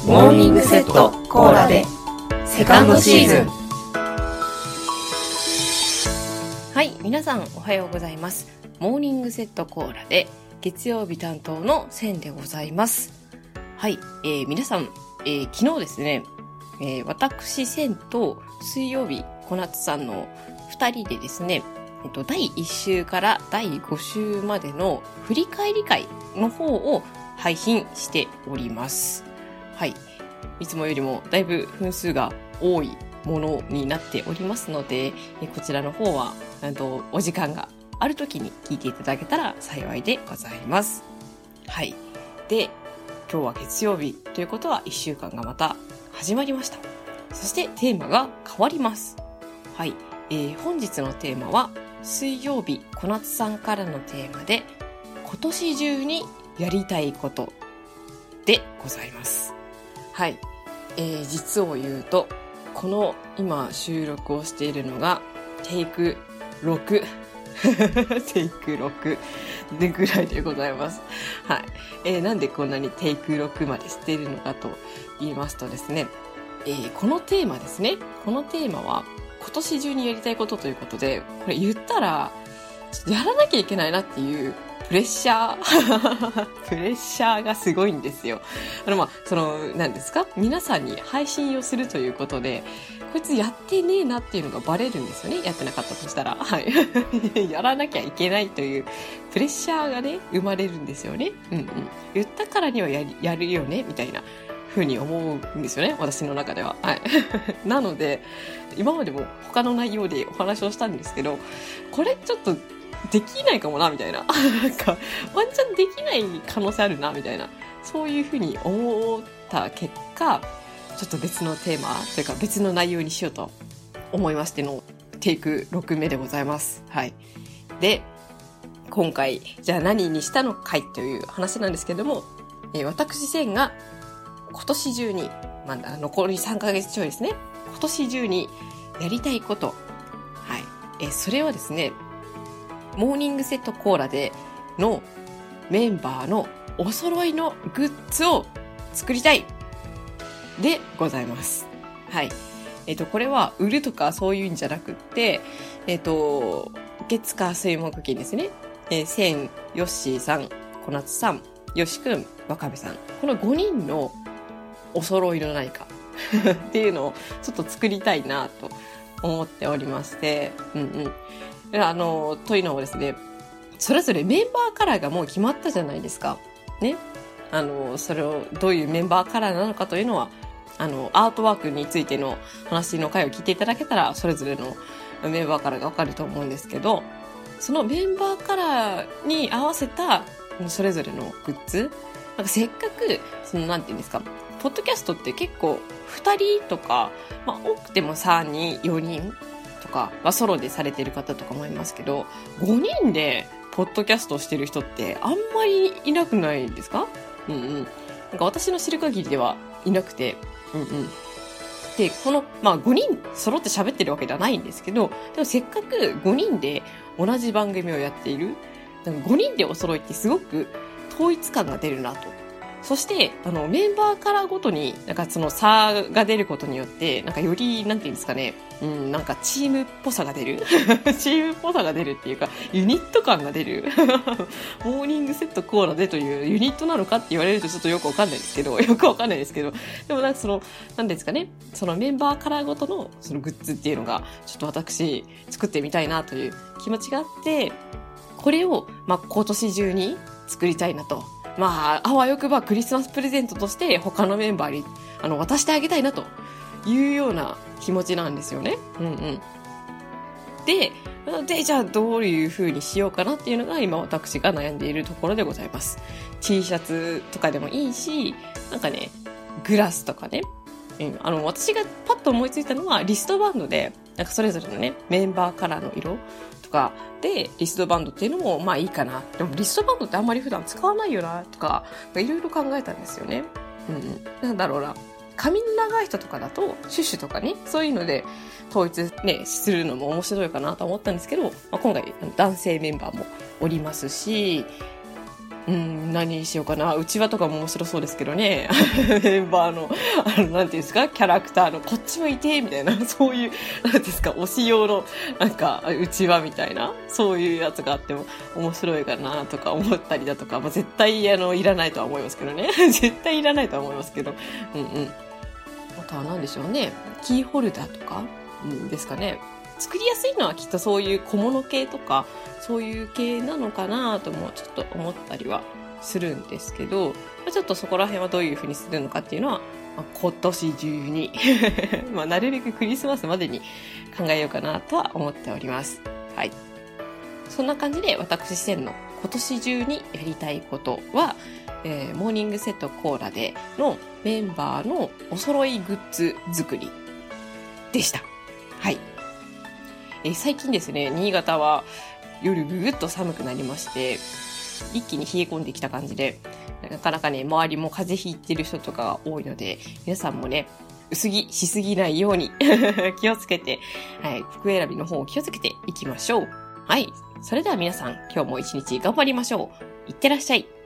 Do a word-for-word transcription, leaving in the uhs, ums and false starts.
モーニングセットコーラでセカンドシーズン。 はい、皆さんおはようございます。モーニングセットコーラで月曜日担当のセンでございます。はい、えー、皆さん、えー、昨日ですね、えー、私センと水曜日小夏さんのふたりでですね、えっと、だいいっ週からだいご週までの振り返り会の方を配信しております。はい。いつもよりもだいぶ分数が多いものになっておりますので、こちらの方は、とお時間がある時に聞いていただけたら幸いでございます。はい。で、今日は月曜日ということはいっしゅうかんがまた始まりました。そしてテーマが変わります。はい。えー、本日のテーマは水曜日小夏さんからのテーマで今年中にやりたいことでございます。はい、えー、実を言うとこの今収録をしているのがテイクろくテイクろくでぐらいでございます。はい、えー、なんでこんなにテイクろくまでしているのかと言いますとですね、えー、このテーマですねこのテーマは今年中にやりたいことということで、これ言ったらやらなきゃいけないなっていうプレッシャープレッシャーがすごいんですよ。あのまあその何ですか、皆さんに配信をするということでこいつやってねえなっていうのがバレるんですよね。やってなかったとしたら、はいやらなきゃいけないというプレッシャーがね生まれるんですよね。うんうん。言ったからにはやりやるよねみたいなふうに思うんですよね、私の中では。はいなので今までも他の内容でお話をしたんですけど、これちょっとできないかもなみたいななんかワンチャンできない可能性あるなみたいな、そういうふうに思った結果、ちょっと別のテーマというか別の内容にしようと思いましてのテイクろくめでございます。はい。で、今回じゃあ何にしたのかいという話なんですけども、えー、私センが今年中に、まだ残りさんかげつちょいですね、今年中にやりたいこと、はい、えー、それはですね、モーニングセットコーラでのメンバーのお揃いのグッズを作りたいでございます。はい。えっと、これは売るとかそういうんじゃなくって、えっと、月火水木金ですね。えー、セン、ヨッシーさん、小夏さん、ヨシくん、ワカメさん。このごにんのお揃いの何かっていうのをちょっと作りたいなと思っておりまして、うんうん。あの、というのもですね、それぞれメンバーカラーがもう決まったじゃないですか。ね。あの、それをどういうメンバーカラーなのかというのは、あの、アートワークについての話の回を聞いていただけたら、それぞれのメンバーカラーがわかると思うんですけど、そのメンバーカラーに合わせた、それぞれのグッズ、なんかせっかく、その、なんていうんですか、ポッドキャストって結構ふたりとか、まあ、多くてもさんにん、よにんとか、まあ、ソロでされてる方とかもいますけど、ごにんでポッドキャストをしてる人ってあんまりいなくないですか？うんうん。なんか私の知る限りではいなくて、うんうん。で、この、まあごにん揃って喋ってるわけではないんですけど、でもせっかくごにんで同じ番組をやっている、なんかごにんでお揃いってすごく統一感が出るなと。そして、あの、メンバーカラーごとに、なんかその差が出ることによって、なんかより、なんていうんですかね、うん、なんかチームっぽさが出るチームっぽさが出るっていうか、ユニット感が出るモーニングセットコーラでというユニットなのかって言われるとちょっとよくわかんないですけど、よくわかんないですけど、でもなんかその、なんですかね、そのメンバーカラーごとのそのグッズっていうのが、ちょっと私、作ってみたいなという気持ちがあって、これを、まあ、今年中に作りたいなと。まあ、あわよくばクリスマスプレゼントとして他のメンバーにあの渡してあげたいなというような気持ちなんですよね。うんうん。で、で、じゃあどういう風にしようかなっていうのが今私が悩んでいるところでございます。T シャツとかでもいいし、なんかね、グラスとかね。うん、あの、私がパッと思いついたのはリストバンドで、なんかそれぞれのね、メンバーカラーの色とかでリストバンドっていうのもまあいいかな。でもリストバンドってあんまり普段使わないよなとか、いろいろ考えたんですよね。うん。なんだろうな。髪の長い人とかだと、シュッシュとかね、そういうので統一ね、するのも面白いかなと思ったんですけど、まあ、今回男性メンバーもおりますし、 うん、何にしようかな。うちわとかも面白そうですけどね。メンバーの、あの、なんていうんですか、キャラクターの、こっち向いて、みたいな、そういう、なんていうんですか、推し用の、なんか、うちわみたいな、そういうやつがあっても面白いかな、とか思ったりだとか、まあ、絶対、あの、いらないとは思いますけどね。絶対いらないとは思いますけど。うんうん。あとは何でしょうね。キーホルダーとか、うん、ですかね。作りやすいのはきっとそういう小物系とか、そういう系なのかなともちょっと思ったりはするんですけど、ちょっとそこら辺はどういう風にするのかっていうのは、まあ、今年中に、まあ、なるべくクリスマスまでに考えようかなとは思っております。はい。そんな感じで私視点の今年中にやりたいことは、えー、モーニングセットコーラでのメンバーのお揃いグッズ作りでした。はい。えー、最近ですね、新潟は夜ぐぐっと寒くなりまして、一気に冷え込んできた感じで、なかなかね、周りも風邪ひいてる人とかが多いので、皆さんもね、薄着しすぎないように気をつけて、はい、服選びの方を気をつけていきましょう。はい。それでは皆さん、今日も一日頑張りましょう。いってらっしゃい。